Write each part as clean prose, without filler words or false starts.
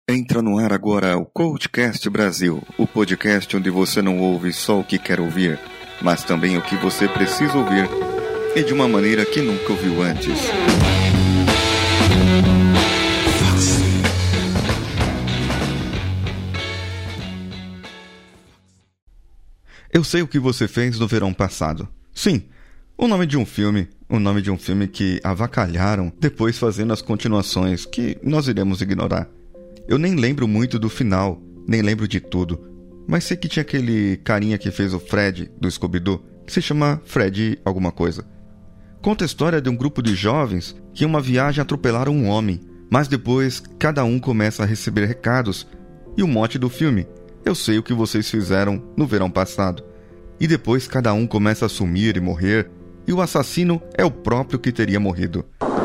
Entra no ar agora o Coachcast Brasil, o podcast onde você não ouve só o que quer ouvir, mas também o que você precisa ouvir e de uma maneira que nunca ouviu antes. Eu sei o que você fez no verão passado. Sim, o nome de um filme que avacalharam, depois fazendo as continuações que nós iremos ignorar. Eu nem lembro muito do final, nem lembro de tudo, mas sei que tinha aquele carinha que fez o Fred, do Scooby-Doo, que se chama Fred alguma coisa. Conta a história de um grupo de jovens que em uma viagem atropelaram um homem, mas depois cada um começa a receber recados. E o mote do filme: eu sei o que vocês fizeram no verão passado. E depois cada um começa a sumir e morrer, e o assassino é o próprio que teria morrido.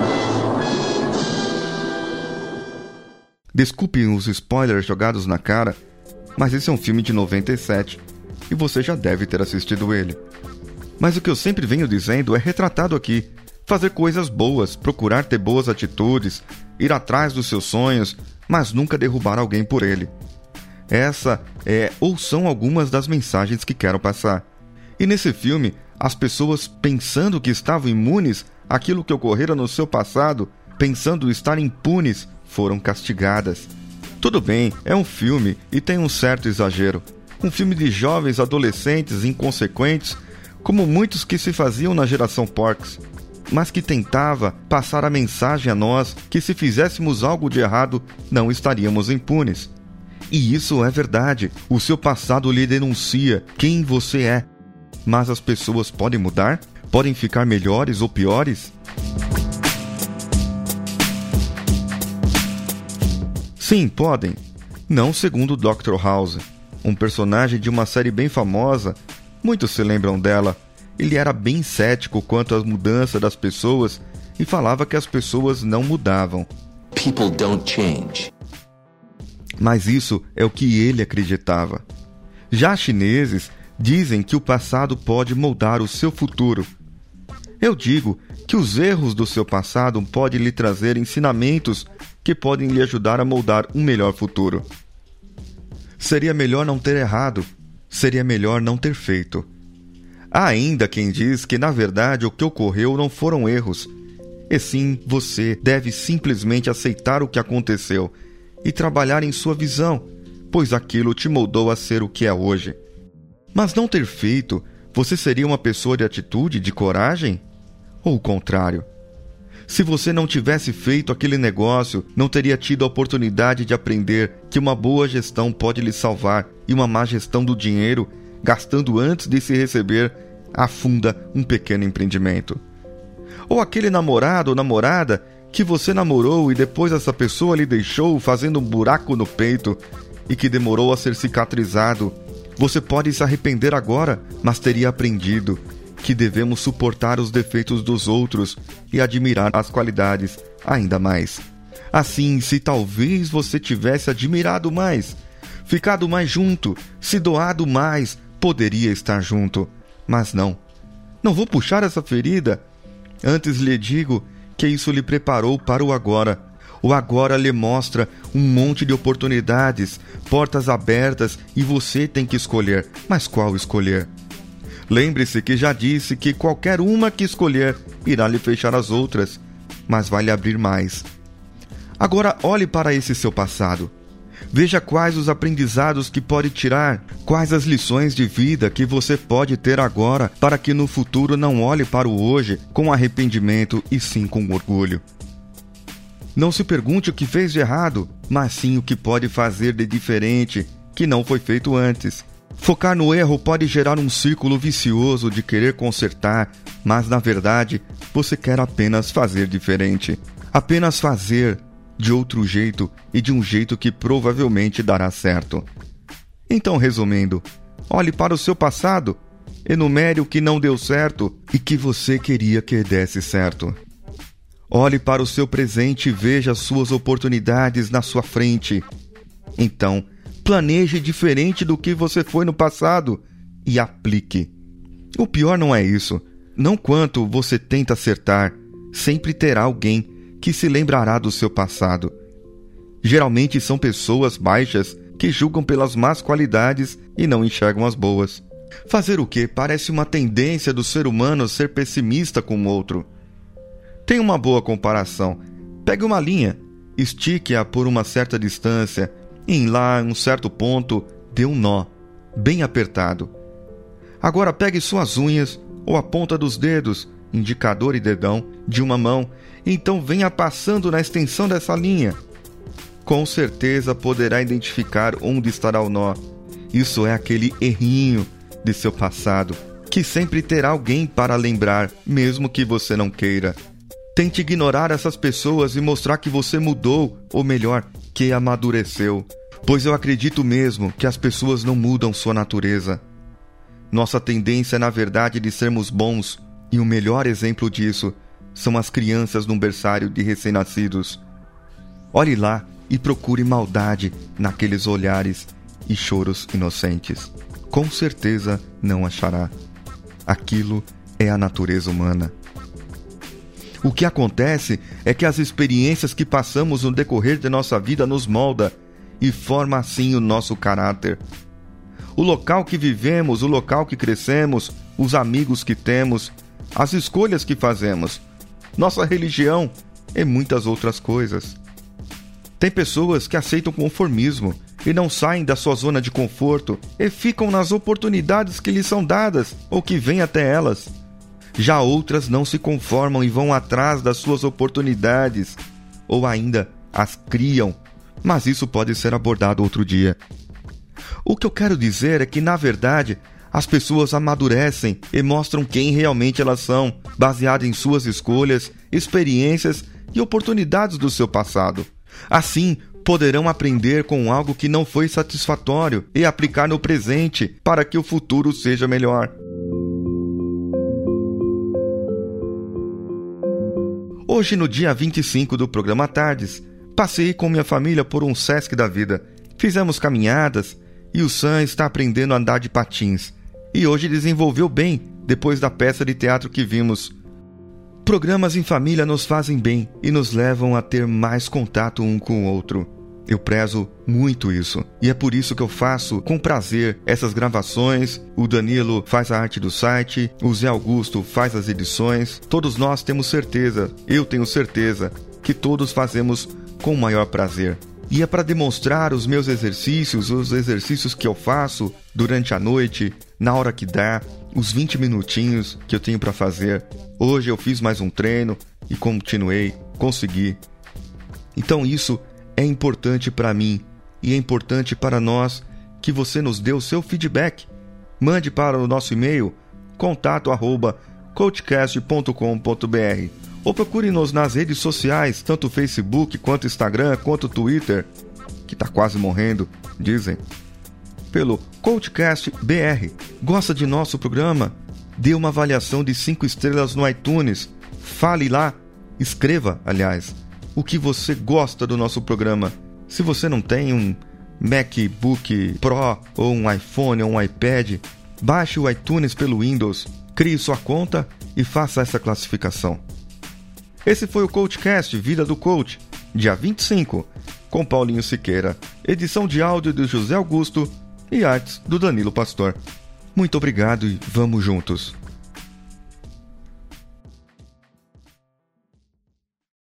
Desculpem os spoilers jogados na cara, mas esse é um filme de 97 e você já deve ter assistido ele. Mas o que eu sempre venho dizendo é retratado aqui: fazer coisas boas, procurar ter boas atitudes, ir atrás dos seus sonhos, mas nunca derrubar alguém por ele. Essa ou são algumas das mensagens que quero passar. E nesse filme, as pessoas pensando que estavam imunes àquilo que ocorrera no seu passado, pensando estar impunes, foram castigadas. Tudo bem, é um filme e tem um certo exagero. Um filme de jovens adolescentes inconsequentes, como muitos que se faziam na geração Porks, mas que tentava passar a mensagem a nós que se fizéssemos algo de errado, não estaríamos impunes. E isso é verdade. O seu passado lhe denuncia quem você é. Mas as pessoas podem mudar? Podem ficar melhores ou piores? Sim, podem. Não segundo Dr. House, um personagem de uma série bem famosa. Muitos se lembram dela. Ele era bem cético quanto à mudança das pessoas e falava que as pessoas não mudavam. People don't change. Mas isso é o que ele acreditava. Já chineses dizem que o passado pode moldar o seu futuro. Eu digo que os erros do seu passado podem lhe trazer ensinamentos que podem lhe ajudar a moldar um melhor futuro. Seria melhor não ter errado, seria melhor não ter feito. Há ainda quem diz que, na verdade, o que ocorreu não foram erros, e sim você deve simplesmente aceitar o que aconteceu e trabalhar em sua visão, pois aquilo te moldou a ser o que é hoje. Mas não ter feito, você seria uma pessoa de atitude, de coragem? Ou o contrário? Se você não tivesse feito aquele negócio, não teria tido a oportunidade de aprender que uma boa gestão pode lhe salvar e uma má gestão do dinheiro, gastando antes de se receber, afunda um pequeno empreendimento. Ou aquele namorado ou namorada que você namorou e depois essa pessoa lhe deixou fazendo um buraco no peito e que demorou a ser cicatrizado. Você pode se arrepender agora, mas teria aprendido que devemos suportar os defeitos dos outros e admirar as qualidades ainda mais. Assim, se talvez você tivesse admirado mais, ficado mais junto, se doado mais, poderia estar junto. Mas não. Não vou puxar essa ferida. Antes lhe digo que isso lhe preparou para o agora. O agora lhe mostra um monte de oportunidades, portas abertas e você tem que escolher. Mas qual escolher? Lembre-se que já disse que qualquer uma que escolher irá lhe fechar as outras, mas vai lhe abrir mais. Agora olhe para esse seu passado. Veja quais os aprendizados que pode tirar, quais as lições de vida que você pode ter agora para que no futuro não olhe para o hoje com arrependimento e sim com orgulho. Não se pergunte o que fez de errado, mas sim o que pode fazer de diferente, que não foi feito antes. Focar no erro pode gerar um círculo vicioso de querer consertar, mas na verdade você quer apenas fazer diferente. Apenas fazer de outro jeito e de um jeito que provavelmente dará certo. Então, resumindo, olhe para o seu passado, enumere o que não deu certo e que você queria que desse certo. Olhe para o seu presente e veja as suas oportunidades na sua frente. Então, planeje diferente do que você foi no passado e aplique. O pior não é isso. Não quanto você tenta acertar, sempre terá alguém que se lembrará do seu passado. Geralmente são pessoas baixas que julgam pelas más qualidades e não enxergam as boas. Fazer o quê? Parece uma tendência do ser humano ser pessimista com o outro. Tem uma boa comparação. Pegue uma linha, estique-a por uma certa distância e em lá, em um certo ponto, dê um nó, bem apertado. Agora pegue suas unhas ou a ponta dos dedos, indicador e dedão, de uma mão, e então venha passando na extensão dessa linha. Com certeza poderá identificar onde estará o nó. Isso é aquele errinho de seu passado, que sempre terá alguém para lembrar, mesmo que você não queira. Tente ignorar essas pessoas e mostrar que você mudou, ou melhor, que amadureceu. Pois eu acredito mesmo que as pessoas não mudam sua natureza. Nossa tendência é, na verdade, de sermos bons, e o melhor exemplo disso são as crianças num berçário de recém-nascidos. Olhe lá e procure maldade naqueles olhares e choros inocentes. Com certeza não achará. Aquilo é a natureza humana. O que acontece é que as experiências que passamos no decorrer de nossa vida nos molda e forma assim o nosso caráter. O local que vivemos, o local que crescemos, os amigos que temos, as escolhas que fazemos, nossa religião e muitas outras coisas. Tem pessoas que aceitam conformismo e não saem da sua zona de conforto e ficam nas oportunidades que lhes são dadas ou que vêm até elas. Já outras não se conformam e vão atrás das suas oportunidades ou ainda as criam, mas isso pode ser abordado outro dia. O que eu quero dizer é que, na verdade, as pessoas amadurecem e mostram quem realmente elas são, baseado em suas escolhas, experiências e oportunidades do seu passado. Assim, poderão aprender com algo que não foi satisfatório e aplicar no presente para que o futuro seja melhor. Hoje, no dia 25 do programa Tardes, passei com minha família por um Sesc da vida. Fizemos caminhadas e o Sam está aprendendo a andar de patins. E hoje desenvolveu bem, depois da peça de teatro que vimos. Programas em família nos fazem bem e nos levam a ter mais contato um com o outro. Eu prezo muito isso. E é por isso que eu faço com prazer essas gravações. O Danilo faz a arte do site, o Zé Augusto faz as edições. Todos nós temos certeza, eu tenho certeza, que todos fazemos com o maior prazer. E é para demonstrar os meus exercícios, os exercícios que eu faço durante a noite, na hora que dá, os 20 minutinhos que eu tenho para fazer. Hoje eu fiz mais um treino e continuei, consegui. Então isso é importante para mim e é importante para nós que você nos dê o seu feedback. Mande para o nosso e-mail contato@coachcast.com.br ou procure-nos nas redes sociais, tanto Facebook, quanto Instagram, quanto Twitter, que está quase morrendo, dizem, pelo CoachCast BR. Gosta de nosso programa? Dê uma avaliação de 5 estrelas no iTunes. Fale lá, escreva, aliás, o que você gosta do nosso programa. Se você não tem um MacBook Pro, ou um iPhone, ou um iPad, baixe o iTunes pelo Windows, crie sua conta e faça essa classificação. Esse foi o CoachCast Vida do Coach, dia 25, com Paulinho Siqueira, edição de áudio do José Augusto e artes do Danilo Pastor. Muito obrigado e vamos juntos!